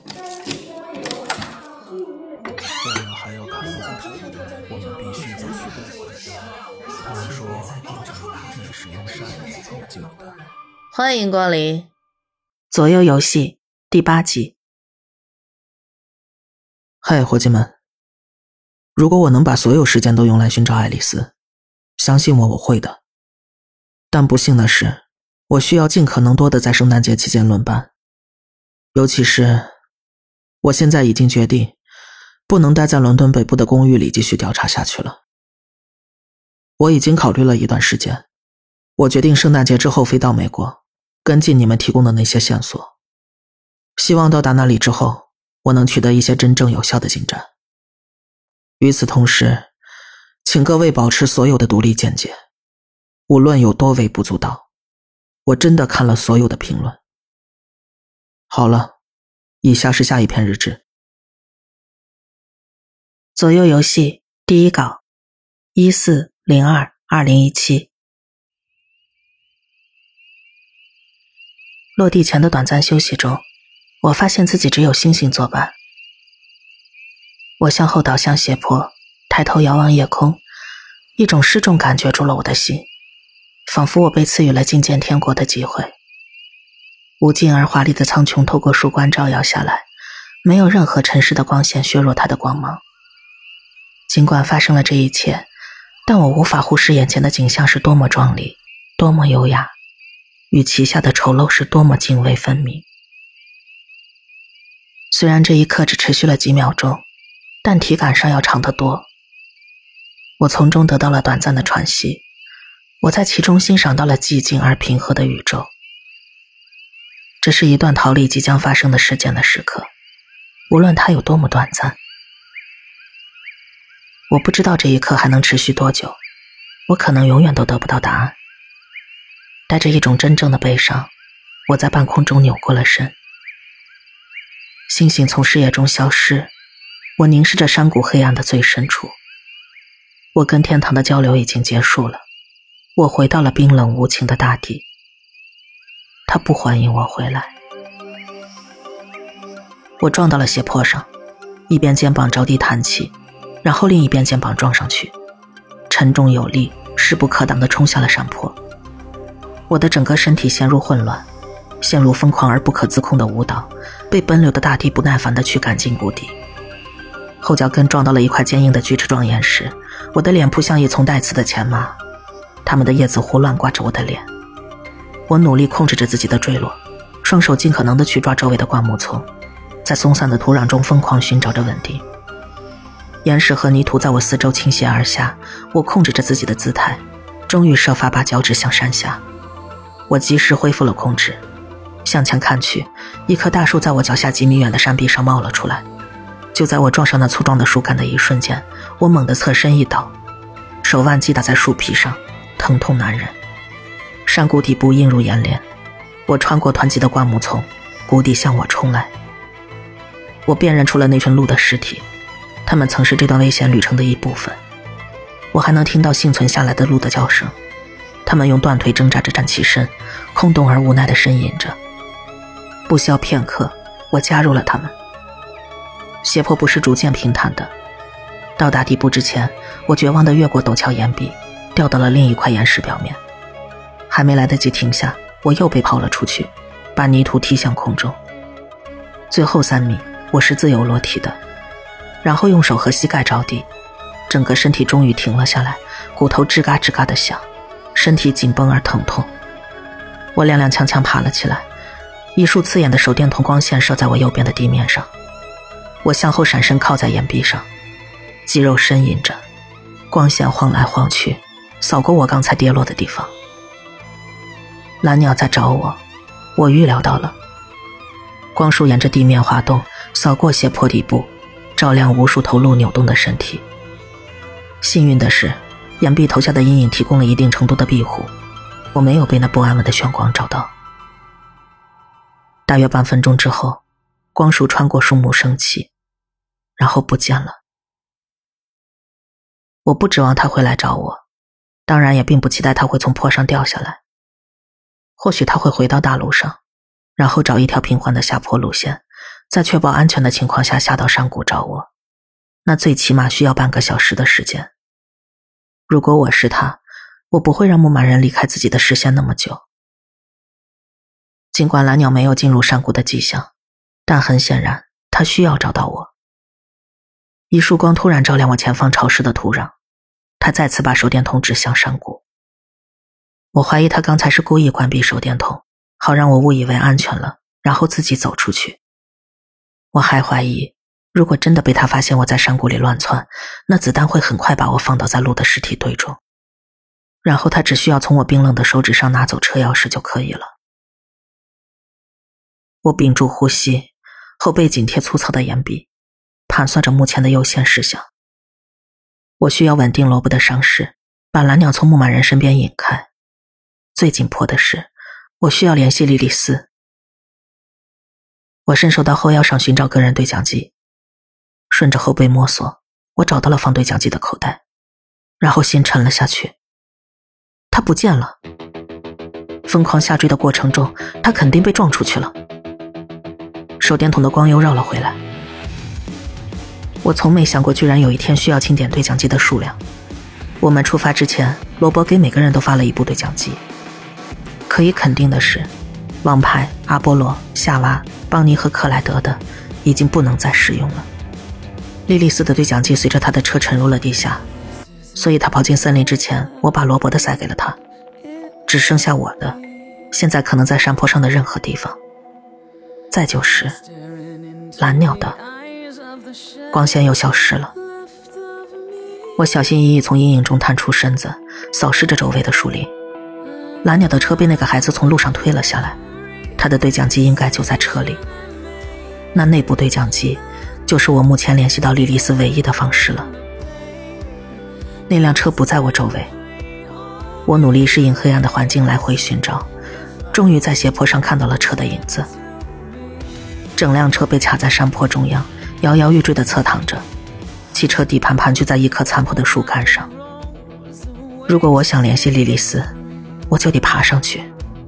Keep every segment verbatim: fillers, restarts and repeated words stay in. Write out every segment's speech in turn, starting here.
我们还要看我们必须继续。他们说你是用善意造就的。 欢迎光临左右游戏第八集。 嗨，伙计们，如果我能把所有时间都用来寻找爱丽丝，相信我，我会的。但不幸的是，我需要尽可能多的在圣诞节期间轮班，尤其是我现在已经决定不能待在伦敦北部的公寓里继续调查下去了。我已经考虑了一段时间，我决定圣诞节之后飞到美国，跟进你们提供的那些线索，希望到达那里之后，我能取得一些真正有效的进展。与此同时，请各位保持所有的独立见解，无论有多微不足道，我真的看了所有的评论。好了，以下是下一篇日志。 左右游戏第一稿一四零二二零一七。落地前的短暂休息中，我发现自己只有星星作伴。我向后倒向斜坡，抬头遥望夜空，一种失重感觉住了我的心，仿佛我被赐予了觐见天国的机会。无尽而华丽的苍穹透过树冠照耀下来，没有任何尘世的光线削弱它的光芒。尽管发生了这一切，但我无法忽视眼前的景象是多么壮丽，多么优雅，与其下的丑陋是多么泾渭分明。虽然这一刻只持续了几秒钟，但体感上要长得多。我从中得到了短暂的喘息，我在其中欣赏到了寂静而平和的宇宙。这是一段逃离即将发生的事件的时刻，无论它有多么短暂。我不知道这一刻还能持续多久，我可能永远都得不到答案。带着一种真正的悲伤，我在半空中扭过了身。星星从视野中消失，我凝视着山谷黑暗的最深处。我跟天堂的交流已经结束了，我回到了冰冷无情的大地。它不欢迎我回来。我撞到了斜坡上，一边肩膀着地弹起，然后另一边肩膀撞上去，沉重有力，势不可挡地冲下了山坡。我的整个身体陷入混乱，陷入疯狂而不可自控的舞蹈，被奔流的大地不耐烦地驱赶进谷底。后脚跟撞到了一块坚硬的锯齿状岩石，我的脸扑向一丛带刺的前麻，它们的叶子胡乱刮着我的脸。我努力控制着自己的坠落，双手尽可能地去抓周围的灌木丛，在松散的土壤中疯狂寻找着稳定。岩石和泥土在我四周倾泻而下，我控制着自己的姿态，终于设法把脚趾向山下。我及时恢复了控制，向前看去，一棵大树在我脚下几米远的山壁上冒了出来。就在我撞上那粗壮的树干的一瞬间，我猛地侧身一倒，手腕击打在树皮上，疼痛难忍。山谷底部映入眼帘，我穿过湍急的灌木丛，谷底向我冲来。我辨认出了那群鹿的尸体，他们曾是这段危险旅程的一部分。我还能听到幸存下来的鹿的叫声，他们用断腿挣扎着站起身，空洞而无奈地呻吟着。不消片刻，我加入了他们。斜坡不是逐渐平坦的，到达底部之前，我绝望地越过陡峭岩壁，掉到了另一块岩石表面。还没来得及停下，我又被抛了出去，把泥土踢向空中。最后三米，我是自由落体的，然后用手和膝盖着地，整个身体终于停了下来，骨头吱嘎吱嘎地响，身体紧绷而疼痛。我踉踉跄跄爬了起来，一束刺眼的手电筒光线射在我右边的地面上。我向后闪身靠在岩壁上，肌肉呻吟着，光线晃来晃去，扫过我刚才跌落的地方。蓝鸟在找我，我预料到了。光束沿着地面滑动，扫过斜坡底部，照亮无数头鹿扭动的身体。幸运的是，岩壁投下的阴影提供了一定程度的庇护，我没有被那不安稳的眩光照到。大约半分钟之后，光束穿过树木升起，然后不见了。我不指望他会来找我，当然也并不期待他会从坡上掉下来。或许他会回到大路上，然后找一条平缓的下坡路线， 在确保安全的情况下下到山谷找我，那最起码需要半个小时的时间。如果我是他，我不会让牧马人离开自己的视线那么久。尽管蓝鸟没有进入山谷的迹象，但很显然他需要找到我。一束光突然照亮我前方潮湿的土壤，他再次把手电筒指向山谷。我怀疑他刚才是故意关闭手电筒，好让我误以为安全了，然后自己走出去。我还怀疑，如果真的被他发现我在山谷里乱窜，那子弹会很快把我放倒在路的尸体堆中，然后他只需要从我冰冷的手指上拿走车钥匙就可以了。我屏住呼吸，后背紧贴粗糙的岩壁，盘算着目前的优先事项。我需要稳定罗布的伤势，把蓝鸟从牧马人身边引开。最紧迫的是，我需要联系莉莉丝。我伸手到后腰上寻找个人对讲机，顺着后背摸索，我找到了放对讲机的口袋，然后心沉了下去。它不见了。疯狂下坠的过程中，它肯定被撞出去了。手电筒的光又绕了回来。我从没想过居然有一天需要清点对讲机的数量。我们出发之前，罗伯给每个人都发了一部对讲机。可以肯定的是，王牌、阿波罗、夏娃、邦尼和克莱德的已经不能再使用了。莉莉丝的对讲机随着他的车沉入了地下，所以他跑进森林之前，我把罗伯的塞给了他。只剩下我的，现在可能在山坡上的任何地方。再就是蓝鸟的，光线又消失了。我小心翼翼从阴影中探出身子，扫视着周围的树林。蓝鸟的车被那个孩子从路上推了下来，他的对讲机应该就在车里。那内部对讲机就是我目前联系到莉莉丝唯一的方式了。那辆车不在我周围，我努力适应黑暗的环境来回寻找，终于在斜坡上看到了车的影子。整辆车被卡在山坡中央，摇摇欲坠地侧躺着，汽车底盘盘踞在一棵残破的树干上。如果我想联系莉莉丝，我就得爬上去。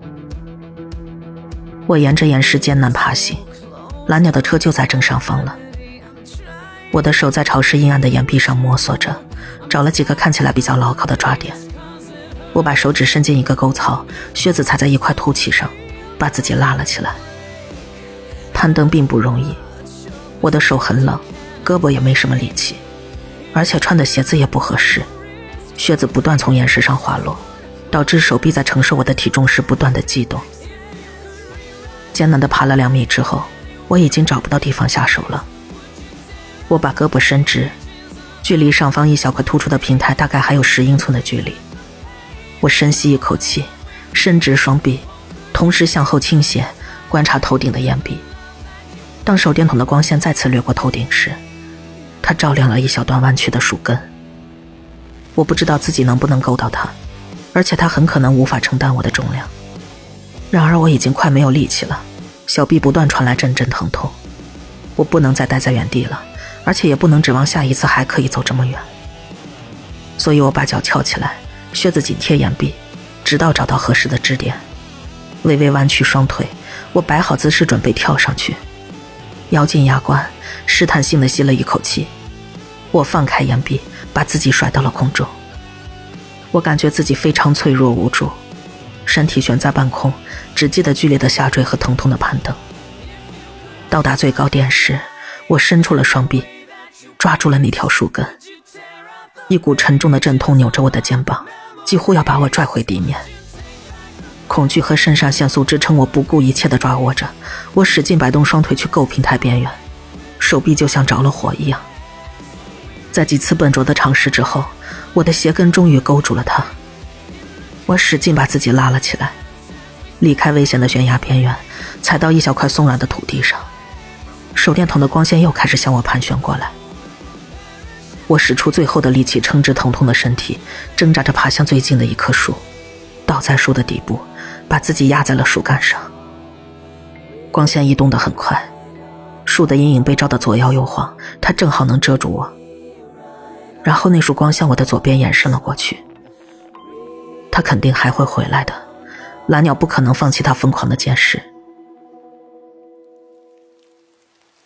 我沿着岩石艰难爬行，蓝鸟的车就在正上方了。我的手在潮湿阴暗的岩壁上摸索着，找了几个看起来比较牢靠的抓点。我把手指伸进一个沟槽，靴子踩在一块凸起上，把自己拉了起来。攀登并不容易，我的手很冷，胳膊也没什么力气，而且穿的鞋子也不合适，靴子不断从岩石上滑落，导致手臂在承受我的体重时不断的悸动。艰难地爬了两米之后，我已经找不到地方下手了。我把胳膊伸直，距离上方一小块突出的平台大概还有十英寸的距离。我深吸一口气，伸直双臂，同时向后倾斜，观察头顶的岩壁。当手电筒的光线再次掠过头顶时，它照亮了一小段弯曲的树根。我不知道自己能不能够到它，而且它很可能无法承担我的重量。然而我已经快没有力气了，小臂不断传来阵阵疼痛。我不能再待在原地了，而且也不能指望下一次还可以走这么远。所以我把脚翘起来，靴子紧贴岩壁，直到找到合适的支点。微微弯曲双腿，我摆好姿势准备跳上去。咬紧牙关，试探性地吸了一口气，我放开岩壁，把自己甩到了空中。我感觉自己非常脆弱无助，身体悬在半空，只记得剧烈的下坠和疼痛的攀登。到达最高点时，我伸出了双臂，抓住了那条树根。一股沉重的阵痛扭着我的肩膀，几乎要把我拽回地面。恐惧和肾上腺素支撑我不顾一切地抓握着，我使劲摆动双腿去够平台边缘，手臂就像着了火一样。在几次笨拙的尝试之后，我的鞋跟终于勾住了它。我使劲把自己拉了起来，离开危险的悬崖边缘，踩到一小块松软的土地上。手电筒的光线又开始向我盘旋过来。我使出最后的力气撑直疼痛的身体，挣扎着爬向最近的一棵树，倒在树的底部，把自己压在了树干上。光线移动得很快，树的阴影被照得左摇右晃，它正好能遮住我。然后那束光向我的左边延伸了过去。它肯定还会回来的，蓝鸟不可能放弃它疯狂的监视。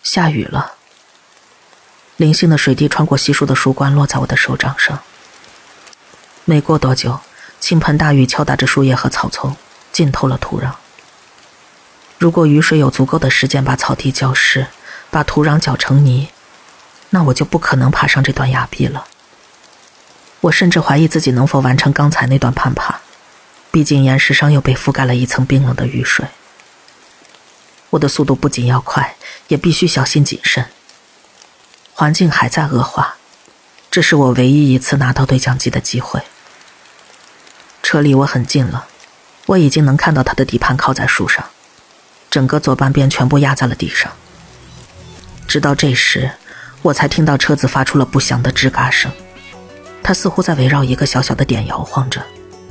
下雨了，零星的水滴穿过稀疏的树冠，落在我的手掌上。没过多久，倾盆大雨敲打着树叶和草丛，浸透了土壤。如果雨水有足够的时间把草地浇湿，把土壤搅成泥，那我就不可能爬上这段崖壁了。我甚至怀疑自己能否完成刚才那段攀爬，毕竟岩石上又被覆盖了一层冰冷的雨水。我的速度不仅要快，也必须小心谨慎。环境还在恶化，这是我唯一一次拿到对讲机的机会。车离我很近了，我已经能看到它的底盘靠在树上，整个左半边全部压在了地上。直到这时，我才听到车子发出了不祥的吱嘎声，它似乎在围绕一个小小的点摇晃着。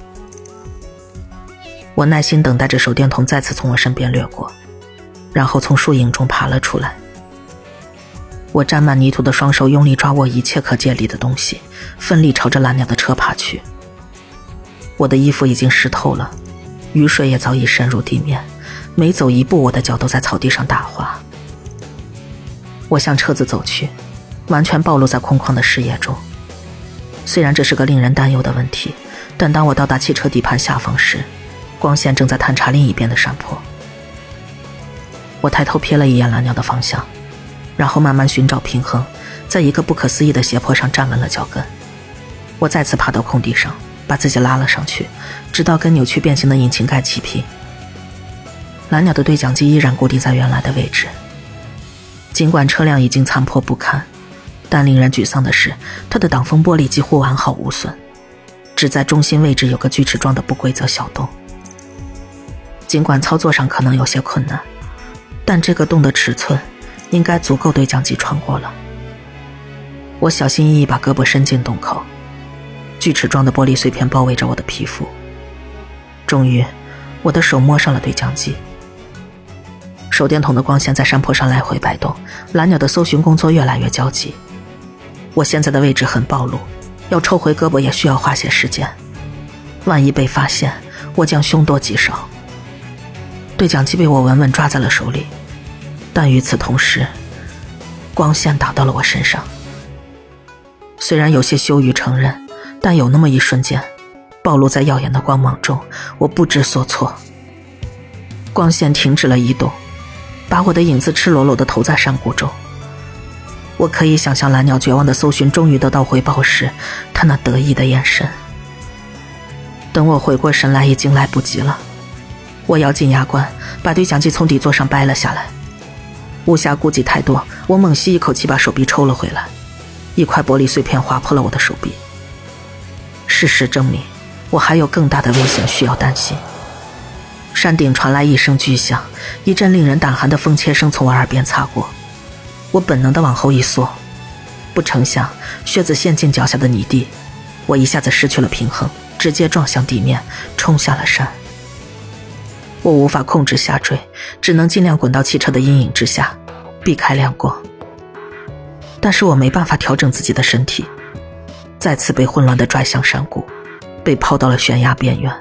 我耐心等待着手电筒再次从我身边掠过，然后从树影中爬了出来。我沾满泥土的双手用力抓握一切可借力的东西，奋力朝着蓝鸟的车爬去。我的衣服已经湿透了，雨水也早已渗入地面，每走一步我的脚都在草地上打滑。我向车子走去，完全暴露在空旷的视野中。虽然这是个令人担忧的问题，但当我到达汽车底盘下方时，光线正在探查另一边的山坡。我抬头瞥了一眼蓝鸟的方向，然后慢慢寻找平衡，在一个不可思议的斜坡上站稳了脚跟。我再次爬到空地上，把自己拉了上去，直到跟扭曲变形的引擎盖齐平。蓝鸟的对讲机依然固定在原来的位置，尽管车辆已经残破不堪，但令人沮丧的是，它的挡风玻璃几乎完好无损，只在中心位置有个锯齿状的不规则小洞。尽管操作上可能有些困难，但这个洞的尺寸应该足够对讲机穿过了。我小心翼翼把胳膊伸进洞口，锯齿状的玻璃碎片包围着我的皮肤。终于，我的手摸上了对讲机。手电筒的光线在山坡上来回摆动，蓝鸟的搜寻工作越来越焦急。我现在的位置很暴露，要抽回胳膊也需要花些时间。万一被发现，我将凶多吉少。对讲机被我稳稳抓在了手里，但与此同时，光线打到了我身上。虽然有些羞于承认，但有那么一瞬间，暴露在耀眼的光芒中，我不知所措。光线停止了移动，把我的影子赤裸裸地投在山谷中。我可以想象蓝鸟绝望的搜寻终于得到回报时，他那得意的眼神。等我回过神来，已经来不及了。我咬紧牙关，把对讲机从底座上掰了下来。无暇顾及太多，我猛吸一口气，把手臂抽了回来。一块玻璃碎片划破了我的手臂。事实证明，我还有更大的危险需要担心。山顶传来一声巨响，一阵令人胆寒的风切声从我耳边擦过。我本能地往后一缩，不成想靴子陷进脚下的泥地，我一下子失去了平衡，直接撞向地面，冲下了山。我无法控制下坠，只能尽量滚到汽车的阴影之下，避开亮光。但是我没办法调整自己的身体，再次被混乱地拽向山谷，被抛到了悬崖边缘。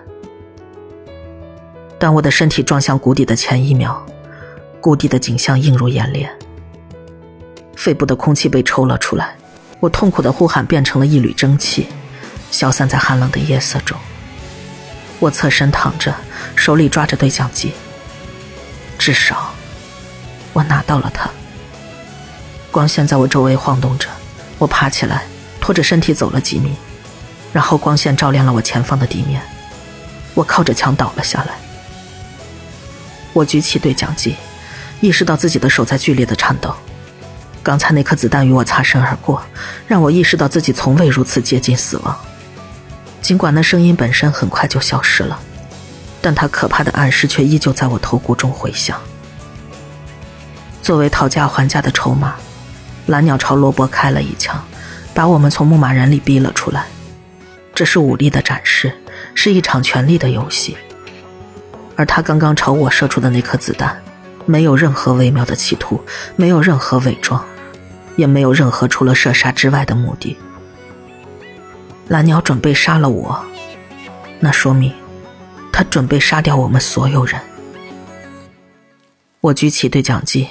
当我的身体撞向谷底的前一秒，谷底的景象映入眼帘。肺部的空气被抽了出来，我痛苦的呼喊变成了一缕蒸汽，消散在寒冷的夜色中。我侧身躺着，手里抓着对讲机，至少我拿到了它。光线在我周围晃动着，我爬起来，拖着身体走了几米，然后光线照亮了我前方的地面。我靠着墙倒了下来。我举起对讲机，意识到自己的手在剧烈的颤抖。刚才那颗子弹与我擦身而过，让我意识到自己从未如此接近死亡。尽管那声音本身很快就消失了，但它可怕的暗示却依旧在我头骨中回响。作为讨价还价的筹码，蓝鸟朝罗伯开了一枪，把我们从牧马人里逼了出来。这是武力的展示，是一场权力的游戏。而他刚刚朝我射出的那颗子弹，没有任何微妙的企图，没有任何伪装，也没有任何除了射杀之外的目的。蓝鸟准备杀了我，那说明他准备杀掉我们所有人。我举起对讲机，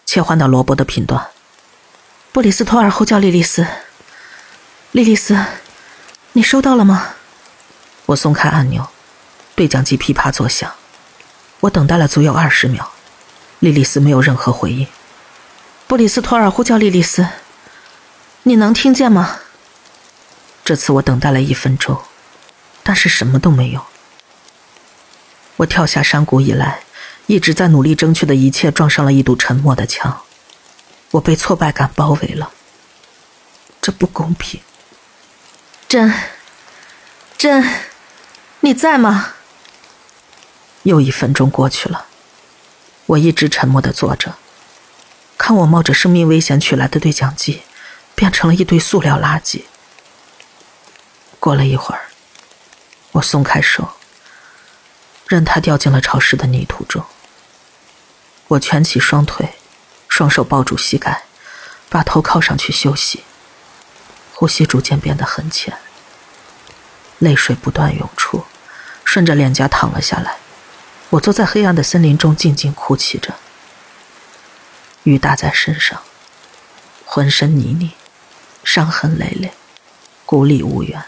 切换到萝卜的频段。布里斯托尔呼叫莉莉丝，莉莉丝，你收到了吗？我松开按钮，对讲机噼啪作响。我等待了足有二十秒，莉莉丝没有任何回应。布里斯托尔呼叫莉莉丝，你能听见吗？这次我等待了一分钟，但是什么都没有。我跳下山谷以来，一直在努力争取的一切撞上了一堵沉默的墙。我被挫败感包围了，这不公平。真，真，你在吗？又一分钟过去了，我一直沉默地坐着，看我冒着生命危险取来的对讲机变成了一堆塑料垃圾。过了一会儿，我松开手，任它掉进了潮湿的泥土中。我蜷起双腿，双手抱住膝盖，把头靠上去休息。呼吸逐渐变得很浅，泪水不断涌出，顺着脸颊淌了下来。我坐在黑暗的森林中静静哭泣着。雨打在身上，浑身泥泞，伤痕累累，孤立无援。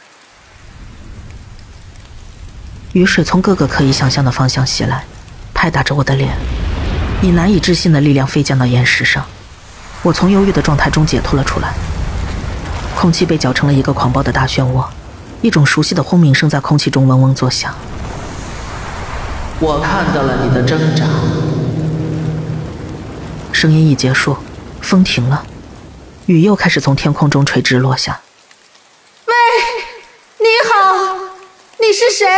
雨水从各个可以想象的方向袭来，拍打着我的脸，以难以置信的力量飞溅到岩石上。我从忧郁的状态中解脱了出来，空气被搅成了一个狂暴的大漩涡，一种熟悉的轰鸣声在空气中嗡嗡作响。 我看到了你的挣扎。 声音一结束，风停了，雨又开始从天空中垂直落下。 喂，你好，你是谁？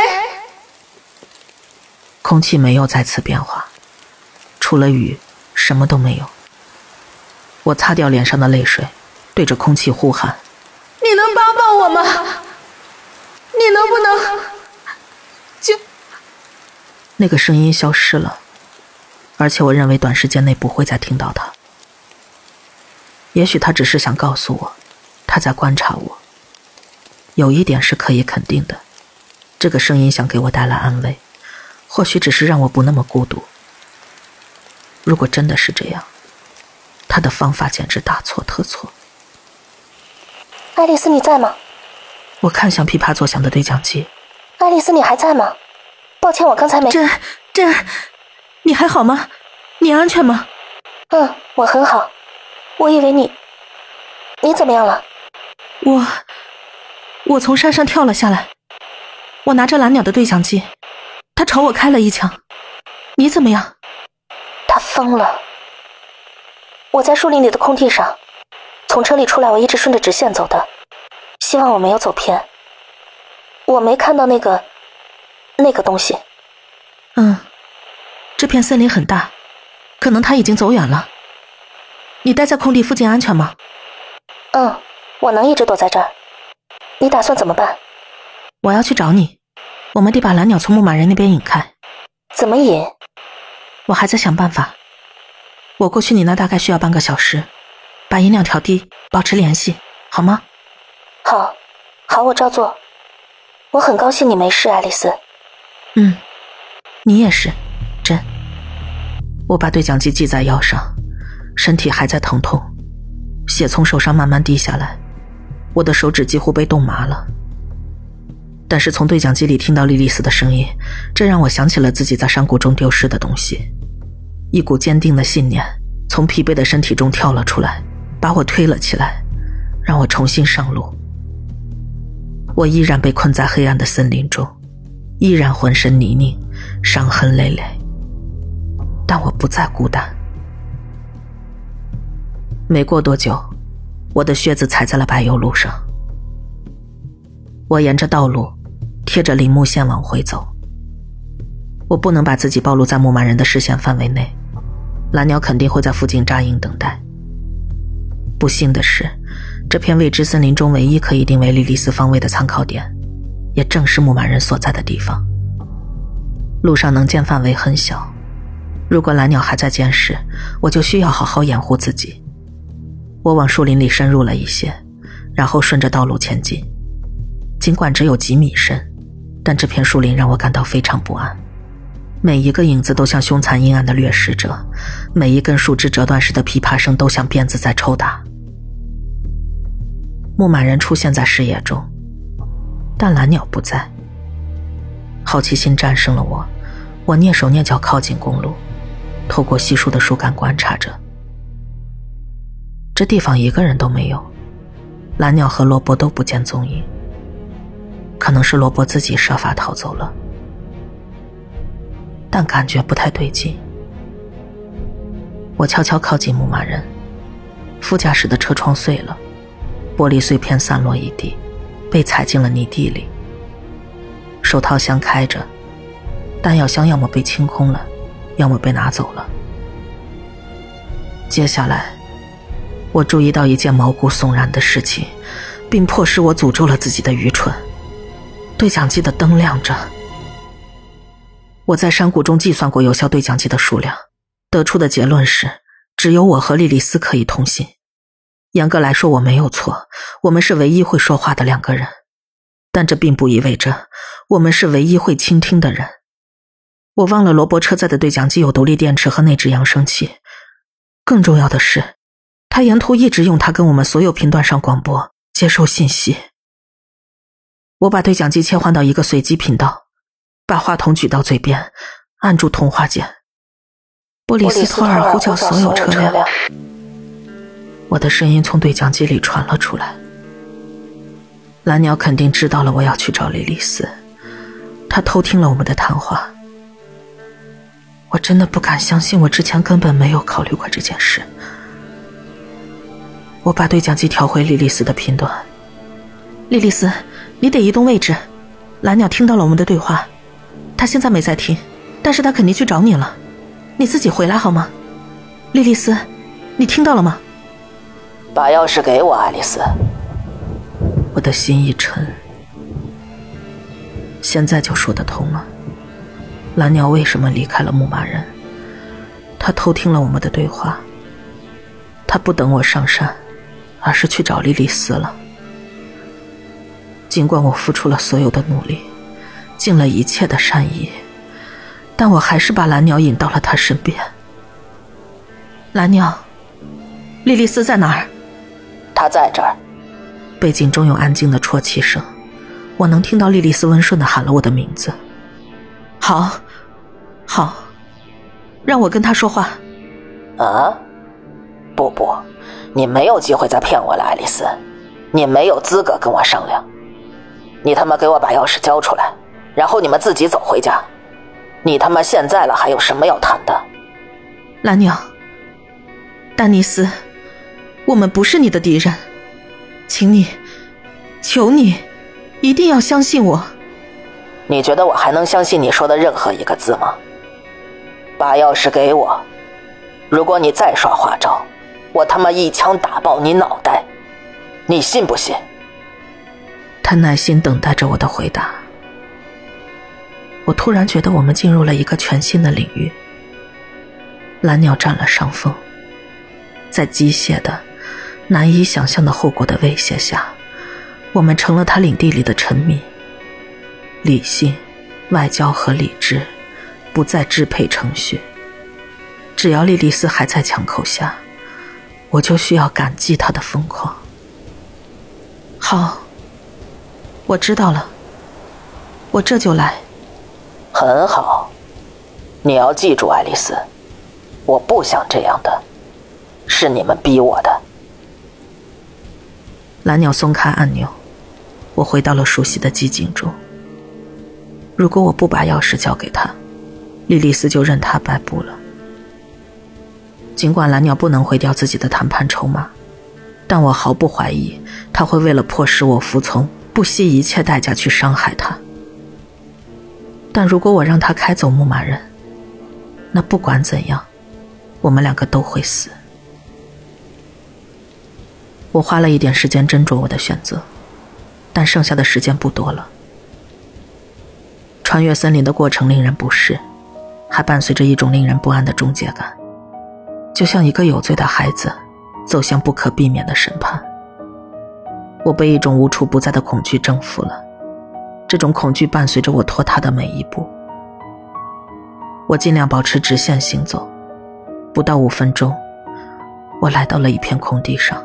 空气没有再次变化，除了雨，什么都没有。我擦掉脸上的泪水，对着空气呼喊： 你能帮帮我吗？你能不能就…… 那个声音消失了，而且我认为短时间内不会再听到它。也许他只是想告诉我，他在观察我。有一点是可以肯定的，这个声音想给我带来安慰，或许只是让我不那么孤独。如果真的是这样，他的方法简直大错特错。 爱丽丝，你在吗？ 我看向噼啪作响的对讲机。 爱丽丝，你还在吗？抱歉，我刚才没…… 朕，朕，你还好吗？你安全吗？ 嗯，我很好。我以为你……你怎么样了？ 我……我从山上跳了下来。我拿着蓝鸟的对讲机，他朝我开了一枪。你怎么样？ 他疯了。我在树林里的空地上，从车里出来，我一直顺着直线走的，希望我没有走偏。我没看到那个那个东西。 嗯，这片森林很大，可能他已经走远了。你待在空地附近安全吗？ 嗯，我能一直躲在这儿。你打算怎么办？ 我要去找你，我们得把蓝鸟从牧马人那边引开。 怎么引？ 我还在想办法。我过去你那大概需要半个小时，把音量调低，保持联系，好吗？ 好，好，我照做。我很高兴你没事，爱丽丝。 嗯，你也是，真。我把对讲机系在腰上，身体还在疼痛，血从手上慢慢滴下来，我的手指几乎被冻麻了。但是从对讲机里听到莉莉丝的声音，这让我想起了自己在山谷中丢失的东西。一股坚定的信念从疲惫的身体中跳了出来，把我推了起来，让我重新上路。我依然被困在黑暗的森林中，依然浑身泥泞，伤痕累累，但我不再孤单。没过多久，我的靴子踩在了柏油路上。我沿着道路贴着林木线往回走，我不能把自己暴露在牧马人的视线范围内，蓝鸟肯定会在附近扎营等待。不幸的是，这片未知森林中唯一可以定为莉莉丝方位的参考点，也正是牧马人所在的地方。路上能见范围很小，如果蓝鸟还在监视，我就需要好好掩护自己。我往树林里深入了一些，然后顺着道路前进。尽管只有几米深，但这片树林让我感到非常不安。 每一个影子都像凶残阴暗的掠食者，每一根树枝折断时的噼啪声都像鞭子在抽打。牧马人出现在视野中，但蓝鸟不在。好奇心战胜了我，我蹑手蹑脚靠近公路，透过稀疏的树干观察着。这地方一个人都没有，蓝鸟和罗伯都不见踪影，可能是罗伯自己设法逃走了。但感觉不太对劲。我悄悄靠近牧马人，副驾驶的车窗碎了，玻璃碎片散落一地，被踩进了泥地里。手套箱开着，弹药箱要么被清空了，要么被拿走了。接下来我注意到一件毛骨悚然的事情，并迫使我诅咒了自己的愚蠢。对讲机的灯亮着。我在山谷中计算过有效对讲机的数量，得出的结论是只有我和莉莉丝可以通信。严格来说我没有错，我们是唯一会说话的两个人，但这并不意味着我们是唯一会倾听的人。我忘了罗伯车载的对讲机有独立电池和内置扬声器，更重要的是他沿途一直用它跟我们所有频段上广播，接收信息。我把对讲机切换到一个随机频道，把话筒举到嘴边，按住通话键。波利斯托尔呼叫所有车辆。我的声音从对讲机里传了出来。蓝鸟肯定知道了我要去找莉莉丝，他偷听了我们的谈话。我真的不敢相信，我之前根本没有考虑过这件事。我把对讲机调回莉莉丝的频段。莉莉丝，你得移动位置。蓝鸟听到了我们的对话，他现在没在听，但是他肯定去找你了。你自己回来好吗？莉莉丝，你听到了吗？ 把钥匙给我，爱丽丝。 我的心一沉，现在就说得通了。蓝鸟为什么离开了牧马人？他偷听了我们的对话，他不等我上山，而是去找莉莉丝了。尽管我付出了所有的努力，尽了一切的善意，但我还是把蓝鸟引到了他身边。蓝鸟，莉莉丝在哪儿？ 她在这儿。 背景中有安静的啜泣声，我能听到莉莉丝温顺地喊了我的名字。好，好，让我跟她说话。 啊？不不，你没有机会再骗我了，爱丽丝，你没有资格跟我商量。你他妈给我把钥匙交出来，然后你们自己走回家。你他妈现在了还有什么要谈的？ 蓝鸟，丹尼斯，我们不是你的敌人，请你，求你，一定要相信我。 你觉得我还能相信你说的任何一个字吗？把钥匙给我，如果你再耍花招，我他妈一枪打爆你脑袋，你信不信？ 他耐心等待着我的回答。我突然觉得我们进入了一个全新的领域。蓝鸟占了上风，在机械的、难以想象的后果的威胁下，我们成了他领地里的臣民。理性、外交和理智不再支配程序。只要莉莉丝还在枪口下，我就需要感激她的疯狂。好，我知道了，我这就来。 很好，你要记住，爱丽丝，我不想这样的，是你们逼我的。 蓝鸟松开按钮，我回到了熟悉的寂静中。如果我不把钥匙交给他，莉莉丝就任他摆布了。尽管蓝鸟不能毁掉自己的谈判筹码，但我毫不怀疑他会为了迫使我服从，不惜一切代价去伤害他。但如果我让他开走牧马人，那不管怎样，我们两个都会死。我花了一点时间斟酌我的选择，但剩下的时间不多了。穿越森林的过程令人不适，还伴随着一种令人不安的终结感，就像一个有罪的孩子走向不可避免的审判。我被一种无处不在的恐惧征服了，这种恐惧伴随着我拖沓的每一步。 我尽量保持直线行走，不到五分钟，我来到了一片空地上。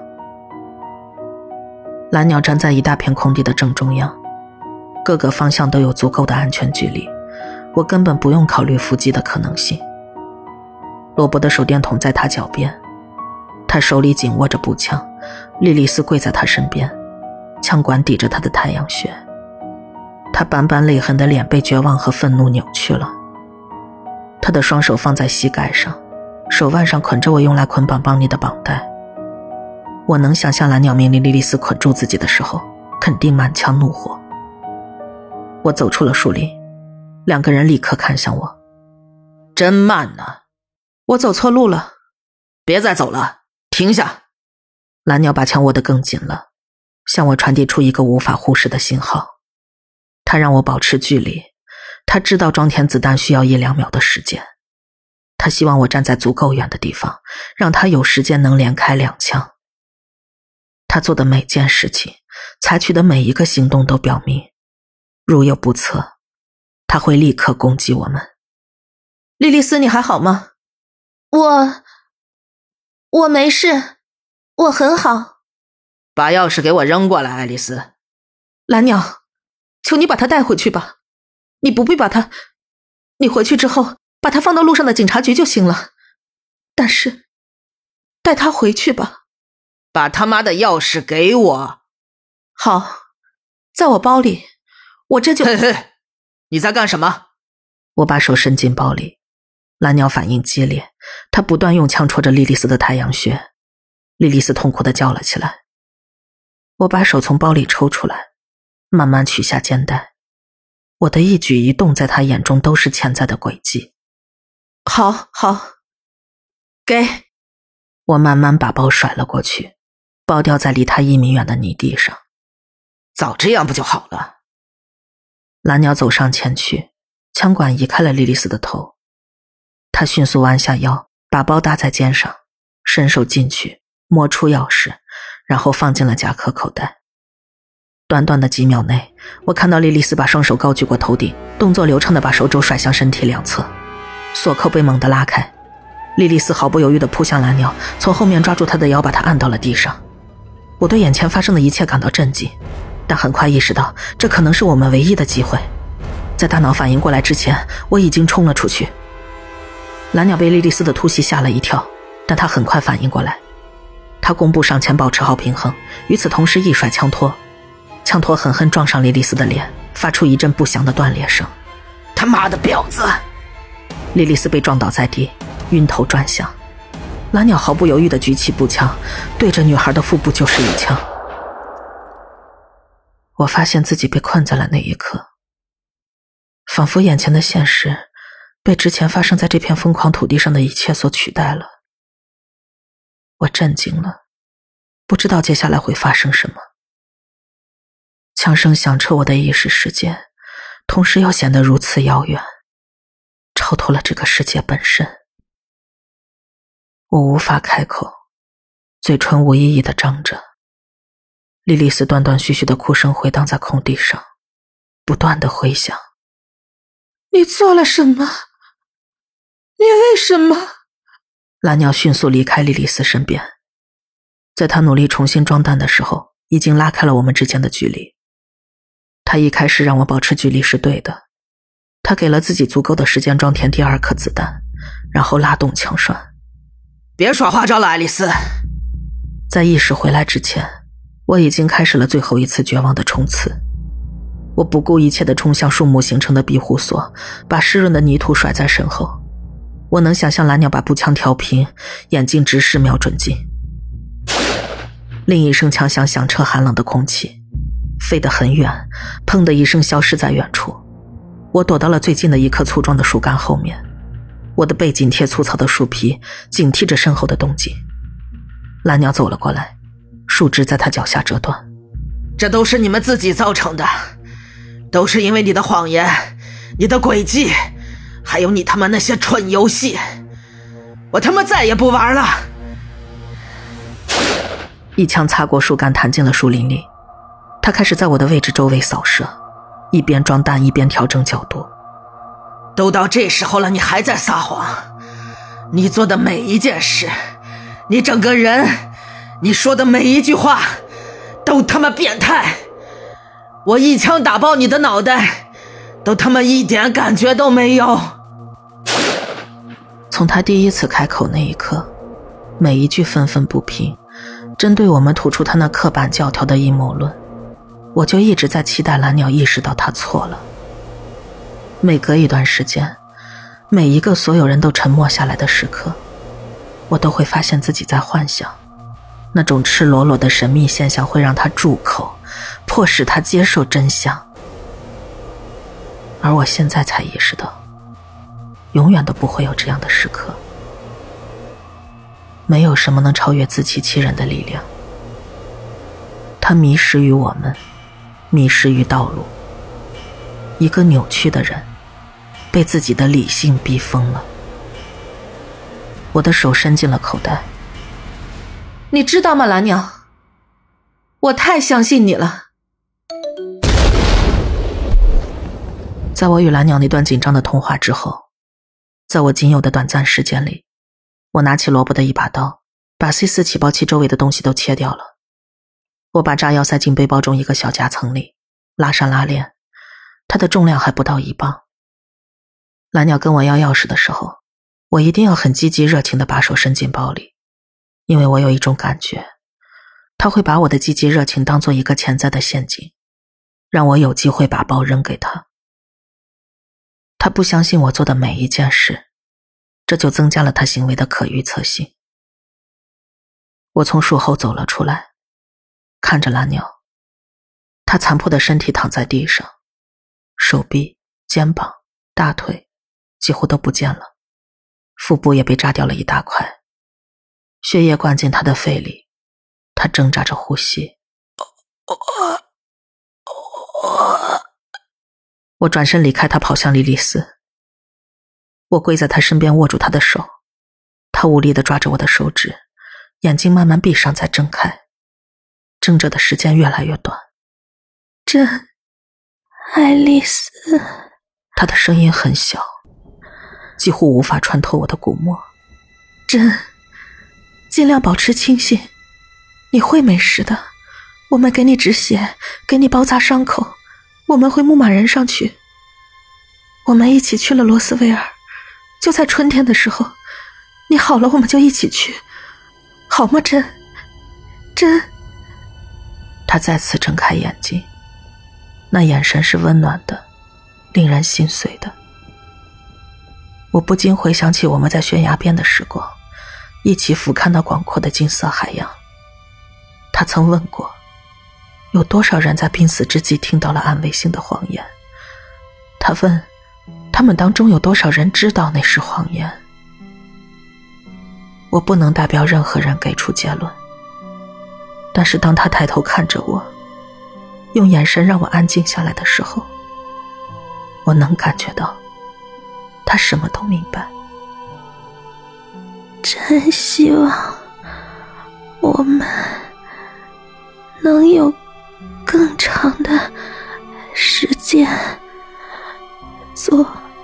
蓝鸟站在一大片空地的正中央，各个方向都有足够的安全距离，我根本不用考虑伏击的可能性。罗伯的手电筒在他脚边，他手里紧握着步枪，莉莉丝跪在他身边，枪管抵着他的太阳穴。他斑斑泪痕的脸被绝望和愤怒扭曲了，他的双手放在膝盖上，手腕上捆着我用来捆绑邦尼的绑带。我能想象蓝鸟命令莉莉丝捆住自己的时候，肯定满腔怒火。我走出了树林，两个人立刻看向我。真慢呢，我走错路了。别再走了，停下。蓝鸟把枪握得更紧了，向我传递出一个无法忽视的信号。他让我保持距离，他知道装填子弹需要一两秒的时间。他希望我站在足够远的地方，让他有时间能连开两枪。他做的每件事情，采取的每一个行动都表明，如有不测，他会立刻攻击我们。莉莉丝，你还好吗？ 我……我没事，我很好。 把钥匙给我扔过来，爱丽丝。蓝鸟，求你把他带回去吧。你不必把他……你回去之后，把他放到路上的警察局就行了。但是，带他回去吧。把他妈的钥匙给我。好，在我包里。我这就……嘿嘿，你在干什么？我把手伸进包里。蓝鸟反应激烈，他不断用枪戳着莉莉丝的太阳穴。莉莉丝痛苦地叫了起来。我把手从包里抽出来，慢慢取下肩带。我的一举一动在他眼中都是潜在的诡计。好，好，给。我慢慢把包甩了过去，包掉在离他一米远的泥地上。早这样不就好了？蓝鸟走上前去，枪管移开了莉莉丝的头。他迅速弯下腰，把包搭在肩上，伸手进去，摸出钥匙，然后放进了夹克口袋。短短的几秒内，我看到莉莉丝把双手高举过头顶，动作流畅地把手肘甩向身体两侧，锁扣被猛地拉开。莉莉丝毫不犹豫地扑向蓝鸟，从后面抓住他的腰，把他按到了地上。我对眼前发生的一切感到震惊，但很快意识到这可能是我们唯一的机会。在大脑反应过来之前，我已经冲了出去。蓝鸟被莉莉丝的突袭吓了一跳，但他很快反应过来。他弓步上前保持好平衡，与此同时一甩枪托，枪托狠狠撞上莉莉丝的脸，发出一阵不祥的断裂声。他妈的婊子！莉莉丝被撞倒在地，晕头转向。蓝鸟毫不犹豫地举起步枪，对着女孩的腹部就是一枪。我发现自己被困在了那一刻，仿佛眼前的现实被之前发生在这片疯狂土地上的一切所取代了。我震惊了，不知道接下来会发生什么。枪声响彻我的意识世界，同时又显得如此遥远，超脱了这个世界本身。我无法开口，嘴唇无意义地张着。莉莉丝断断续续的哭声回荡在空地上，不断地回响。 你做了什么？你为什么？ 蓝鸟迅速离开莉莉丝身边，在他努力重新装弹的时候，已经拉开了我们之间的距离。他一开始让我保持距离是对的，他给了自己足够的时间装填第二颗子弹，然后拉动枪栓。别耍花招了，爱丽丝。在意识回来之前，我已经开始了最后一次绝望的冲刺。我不顾一切地冲向树木形成的庇护所，把湿润的泥土甩在身后。我能想象蓝鸟把步枪调平，眼睛直视瞄准镜。另一声枪响响彻寒冷的空气，飞得很远，砰的一声消失在远处。我躲到了最近的一棵粗壮的树干后面，我的背紧贴粗糙的树皮，警惕着身后的动静。蓝鸟走了过来，树枝在他脚下折断。这都是你们自己造成的，都是因为你的谎言，你的诡计，还有你他妈那些蠢游戏，我他妈再也不玩了。一枪擦过树干，弹进了树林里。他开始在我的位置周围扫射，一边装弹一边调整角度。 都到这时候了，你还在撒谎。你做的每一件事，你整个人，你说的每一句话，都他妈变态。我一枪打爆你的脑袋，都他妈一点感觉都没有。 从他第一次开口那一刻，每一句愤愤不平，针对我们吐出他那刻板教条的阴谋论，我就一直在期待蓝鸟意识到他错了。每隔一段时间，每一个所有人都沉默下来的时刻，我都会发现自己在幻想，那种赤裸裸的神秘现象会让他住口，迫使他接受真相。而我现在才意识到，永远都不会有这样的时刻。没有什么能超越自欺欺人的力量。他迷失于我们，迷失于道路。一个扭曲的人，被自己的理性逼疯了。我的手伸进了口袋。 你知道吗，蓝鸟？我太相信你了。 在我与蓝鸟那段紧张的通话之后，在我仅有的短暂时间里，我拿起萝卜的一把刀，把 C 四 起爆器周围的东西都切掉了。我把炸药塞进背包中一个小夹层里，拉上拉链，它的重量还不到一磅。蓝鸟跟我要钥匙的时候，我一定要很积极热情地把手伸进包里，因为我有一种感觉，他会把我的积极热情当作一个潜在的陷阱，让我有机会把包扔给他。他不相信我做的每一件事，这就增加了他行为的可预测性。我从树后走了出来，看着蓝鸟，他残破的身体躺在地上，手臂、肩膀、大腿几乎都不见了，腹部也被炸掉了一大块，血液灌进他的肺里，他挣扎着呼吸。我转身离开他，跑向莉莉丝。我跪在他身边，握住他的手，他无力地抓着我的手指，眼睛慢慢闭上再睁开，睁着的时间越来越短。 真，爱丽丝， 他的声音很小，几乎无法穿透我的鼓膜。 真，尽量保持清醒，你会没事的。我们给你止血，给你包扎伤口，我们会牧马人上去。我们一起去了罗斯威尔，就在春天的时候，你好了我们就一起去，好吗？真，真。 他再次睁开眼睛，那眼神是温暖的，令人心碎的。我不禁回想起我们在悬崖边的时光，一起俯瞰那广阔的金色海洋。他曾问过，有多少人在濒死之际听到了安慰性的谎言？他问，他们当中有多少人知道那是谎言？我不能代表任何人给出结论，但是当他抬头看着我，用眼神让我安静下来的时候，我能感觉到他什么都明白。 真希望我们能有更长的时间做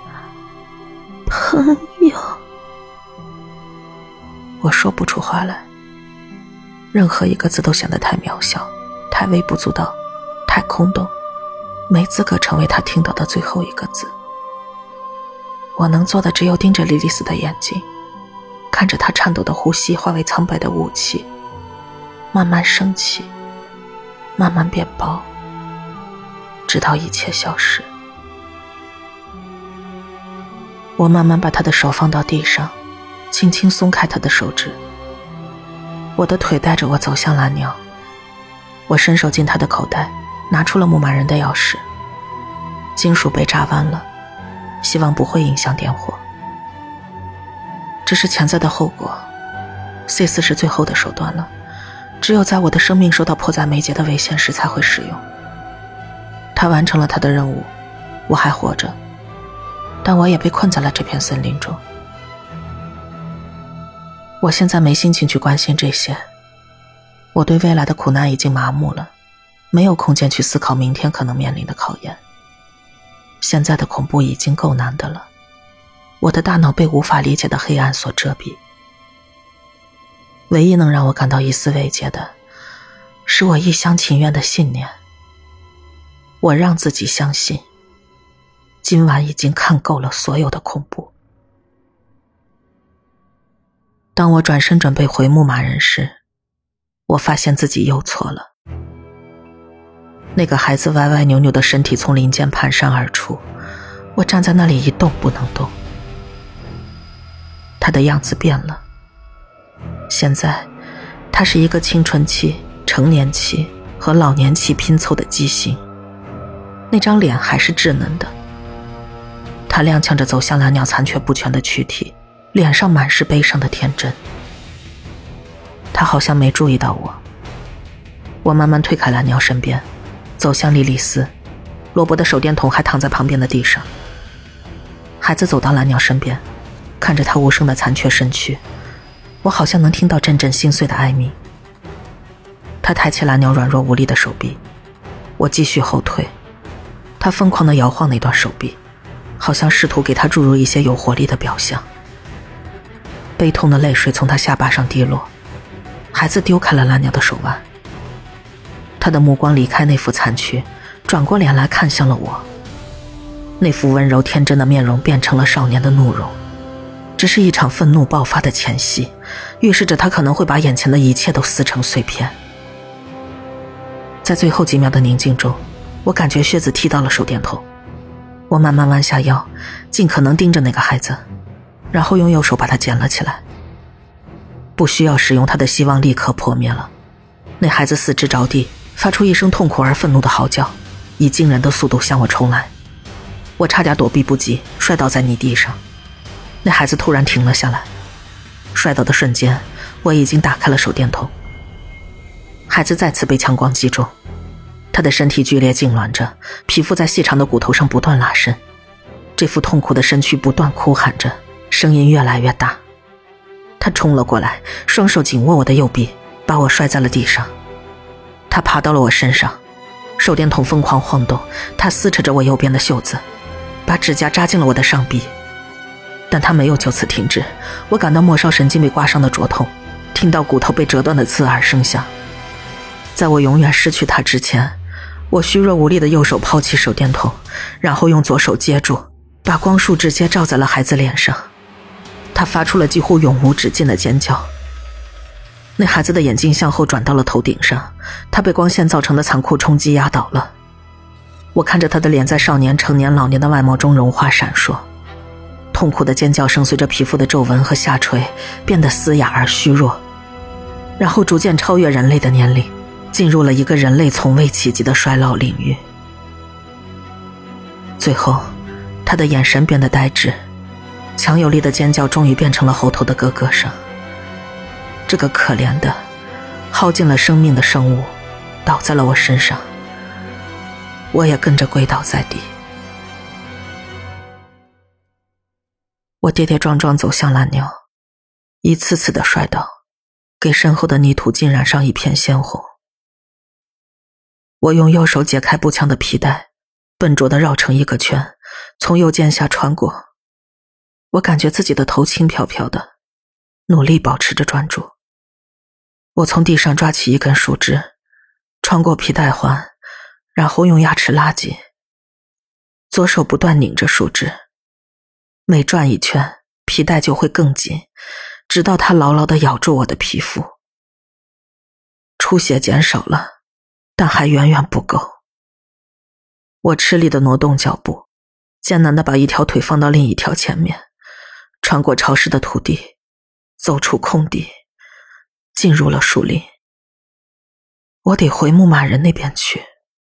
朋友。 我说不出话来，任何一个字都显得太渺小，太微不足道，太空洞，没资格成为他听到的最后一个字。我能做的只有盯着莉莉丝的眼睛，看着她颤抖的呼吸化为苍白的雾气，慢慢升起，慢慢变薄，直到一切消失。我慢慢把她的手放到地上，轻轻松开她的手指。我的腿带着我走向蓝鸟，我伸手进她的口袋，拿出了牧马人的钥匙。金属被炸弯了，希望不会影响点火。这是潜在的后果， C 四 是最后的手段了，只有在我的生命受到迫在眉睫的危险时才会使用。他完成了他的任务，我还活着，但我也被困在了这片森林中。我现在没心情去关心这些，我对未来的苦难已经麻木了，没有空间去思考明天可能面临的考验。现在的恐怖已经够难的了， 我的大脑被无法理解的黑暗所遮蔽。唯一能让我感到一丝慰藉的，是我一厢情愿的信念。我让自己相信，今晚已经看够了所有的恐怖。当我转身准备回牧马人时，我发现自己又错了。那个孩子歪歪扭扭的身体从林间蹒跚而出，我站在那里一动不能动。他的样子变了，现在他是一个青春期、成年期和老年期拼凑的畸形。那张脸还是稚嫩的，他踉跄着走向蓝鸟残缺不全的躯体，脸上满是悲伤的天真。他好像没注意到我。我慢慢推开蓝鸟身边，走向莉莉丝，罗伯的手电筒还躺在旁边的地上。孩子走到蓝鸟身边，看着他无声的残缺身躯，我好像能听到阵阵心碎的哀鸣。他抬起蓝鸟软弱无力的手臂，我继续后退。他疯狂地摇晃那段手臂，好像试图给他注入一些有活力的表象。悲痛的泪水从他下巴上滴落，孩子丢开了蓝鸟的手腕。他的目光离开那副残躯，转过脸来看向了我。那副温柔天真的面容变成了少年的怒容，这是一场愤怒爆发的前夕，预示着他可能会把眼前的一切都撕成碎片。在最后几秒的宁静中，我感觉靴子踢到了手电筒。我慢慢弯下腰，尽可能盯着那个孩子，然后用右手把他捡了起来。不需要使用，他的希望立刻破灭了。那孩子四肢着地，发出一声痛苦而愤怒的嚎叫，以惊人的速度向我冲来。我差点躲避不及，摔倒在泥地上。那孩子突然停了下来，摔倒的瞬间，我已经打开了手电筒。孩子再次被强光击中，他的身体剧烈痉挛着，皮肤在细长的骨头上不断拉伸，这副痛苦的身躯不断哭喊着，声音越来越大。他冲了过来，双手紧握我的右臂，把我摔在了地上。他爬到了我身上，手电筒疯狂晃动，他撕扯着我右边的袖子，把指甲扎进了我的上臂。但他没有就此停止，我感到末梢神经被刮伤的灼痛，听到骨头被折断的刺耳声响。在我永远失去他之前，我虚弱无力的右手抛弃手电筒，然后用左手接住，把光束直接照在了孩子脸上。他发出了几乎永无止境的尖叫。那孩子的眼睛向后转到了头顶上，他被光线造成的残酷冲击压倒了。我看着他的脸在少年、成年、老年的外貌中融化闪烁，痛苦的尖叫声随着皮肤的皱纹和下垂变得嘶哑而虚弱，然后逐渐超越人类的年龄，进入了一个人类从未企及的衰老领域。最后，他的眼神变得呆滞，强有力的尖叫终于变成了喉头的咯咯声。这个可怜的、耗尽了生命的生物倒在了我身上，我也跟着跪倒在地。我跌跌撞撞走向蓝鸟，一次次的摔倒，给身后的泥土浸染上一片鲜红。我用右手解开步枪的皮带，笨拙地绕成一个圈，从右肩下穿过。我感觉自己的头轻飘飘的，努力保持着专注。我从地上抓起一根树枝，穿过皮带环，然后用牙齿拉紧，左手不断拧着树枝，每转一圈，皮带就会更紧，直到它牢牢地咬住我的皮肤。出血减少了，但还远远不够。我吃力地挪动脚步，艰难地把一条腿放到另一条前面，穿过潮湿的土地，走出空地，进入了树林。我得回牧马人那边去。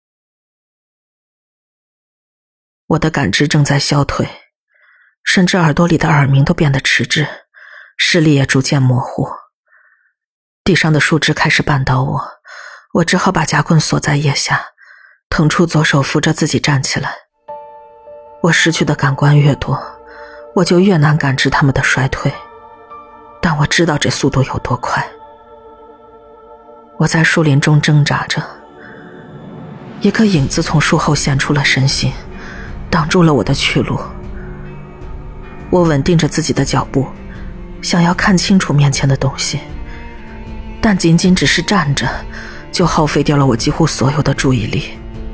我的感知正在消退，甚至耳朵里的耳鸣都变得迟滞，视力也逐渐模糊。地上的树枝开始绊倒我，我只好把夹棍锁在腋下，腾出左手扶着自己站起来。我失去的感官越多，我就越难感知他们的衰退，但我知道这速度有多快。我在树林中挣扎着，一个影子从树后现出了身形，挡住了我的去路。 我稳定着自己的脚步，想要看清楚面前的东西，但仅仅只是站着，就耗费掉了我几乎所有的注意力。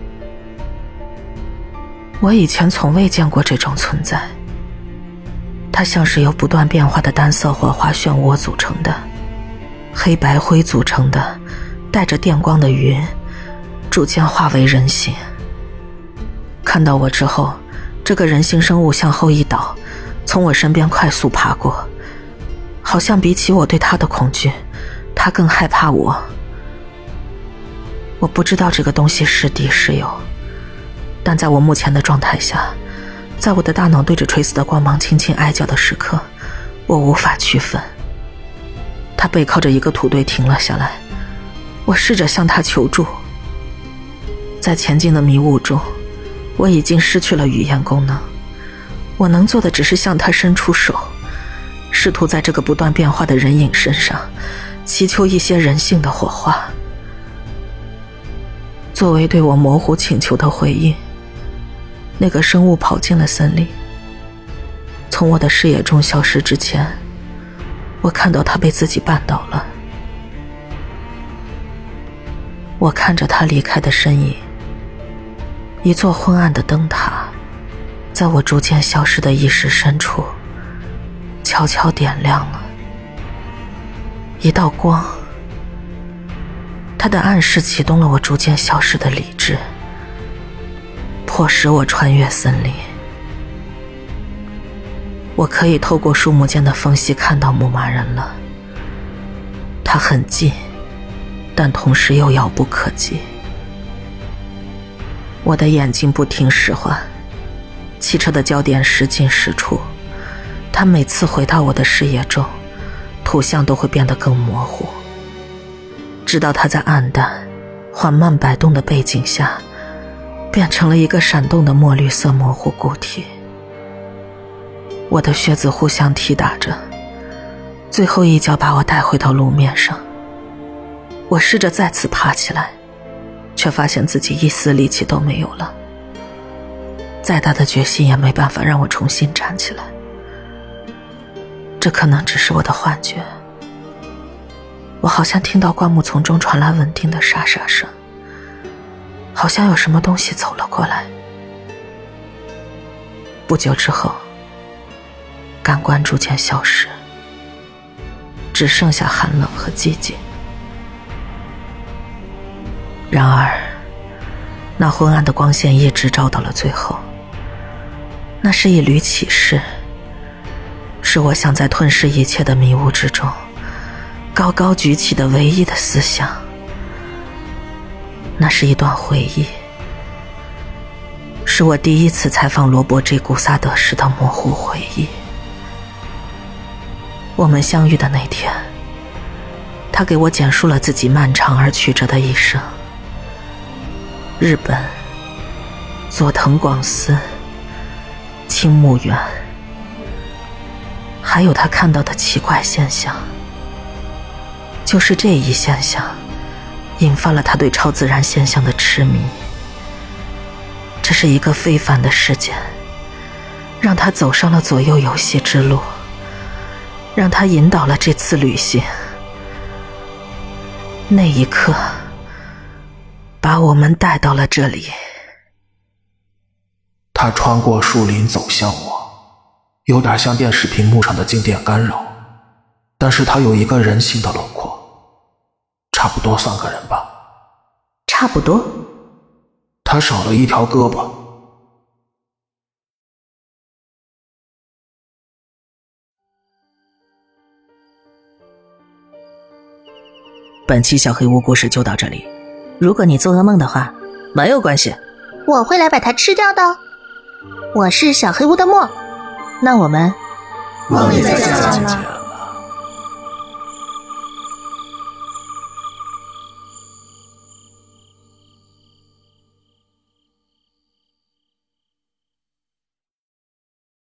我以前从未见过这种存在，它像是由不断变化的单色火花漩涡组成的，黑白灰组成的，带着电光的云，逐渐化为人形。看到我之后，这个人形生物向后一倒，从我身边快速爬过，好像比起我对他的恐惧，他更害怕我。我不知道这个东西是敌是友，但在我目前的状态下，在我的大脑对着垂死的光芒轻轻哀叫的时刻，我无法区分。他背靠着一个土堆停了下来，我试着向他求助。在前进的迷雾中，我已经失去了语言功能，我能做的只是向他伸出手，试图在这个不断变化的人影身上祈求一些人性的火花。作为对我模糊请求的回应，那个生物跑进了森林。从我的视野中消失之前，我看到他被自己绊倒了。我看着他离开的身影，一座昏暗的灯塔在我逐渐消失的意识深处悄悄点亮了一道光，它的暗示启动了我逐渐消失的理智，迫使我穿越森林。我可以透过树木间的缝隙看到牧马人了，它很近，但同时又遥不可及。我的眼睛不停使唤，汽车的焦点时进时出，它每次回到我的视野中，图像都会变得更模糊，直到它在暗淡缓慢摆动的背景下变成了一个闪动的墨绿色模糊固体。我的靴子互相踢打着，最后一脚把我带回到路面上。我试着再次爬起来，却发现自己一丝力气都没有了，再大的决心也没办法让我重新站起来。这可能只是我的幻觉，我好像听到灌木丛中传来稳定的沙沙声，好像有什么东西走了过来。不久之后，感官逐渐消失，只剩下寒冷和寂静。然而，那昏暗的光线一直照到了最后。那是一缕启示，是我想在吞噬一切的迷雾之中高高举起的唯一的思想。那是一段回忆，是我第一次采访罗伯 J 古萨德时的模糊回忆。我们相遇的那天，他给我简述了自己漫长而曲折的一生。日本、佐藤广司、青木原，还有他看到的奇怪现象。就是这一现象引发了他对超自然现象的痴迷。这是一个非凡的事件，让他走上了左右游戏之路，让他引导了这次旅行。那一刻把我们带到了这里。 他穿过树林走向我，有点像电视屏幕上的静电干扰，但是他有一个人形的轮廓，差不多算个人吧。 差不多？ 他少了一条胳膊。 本期小黑屋故事就到这里，如果你做噩梦的话，没有关系， 我会来把它吃掉的。我是小黑屋的墨， 那我们梦里再见了。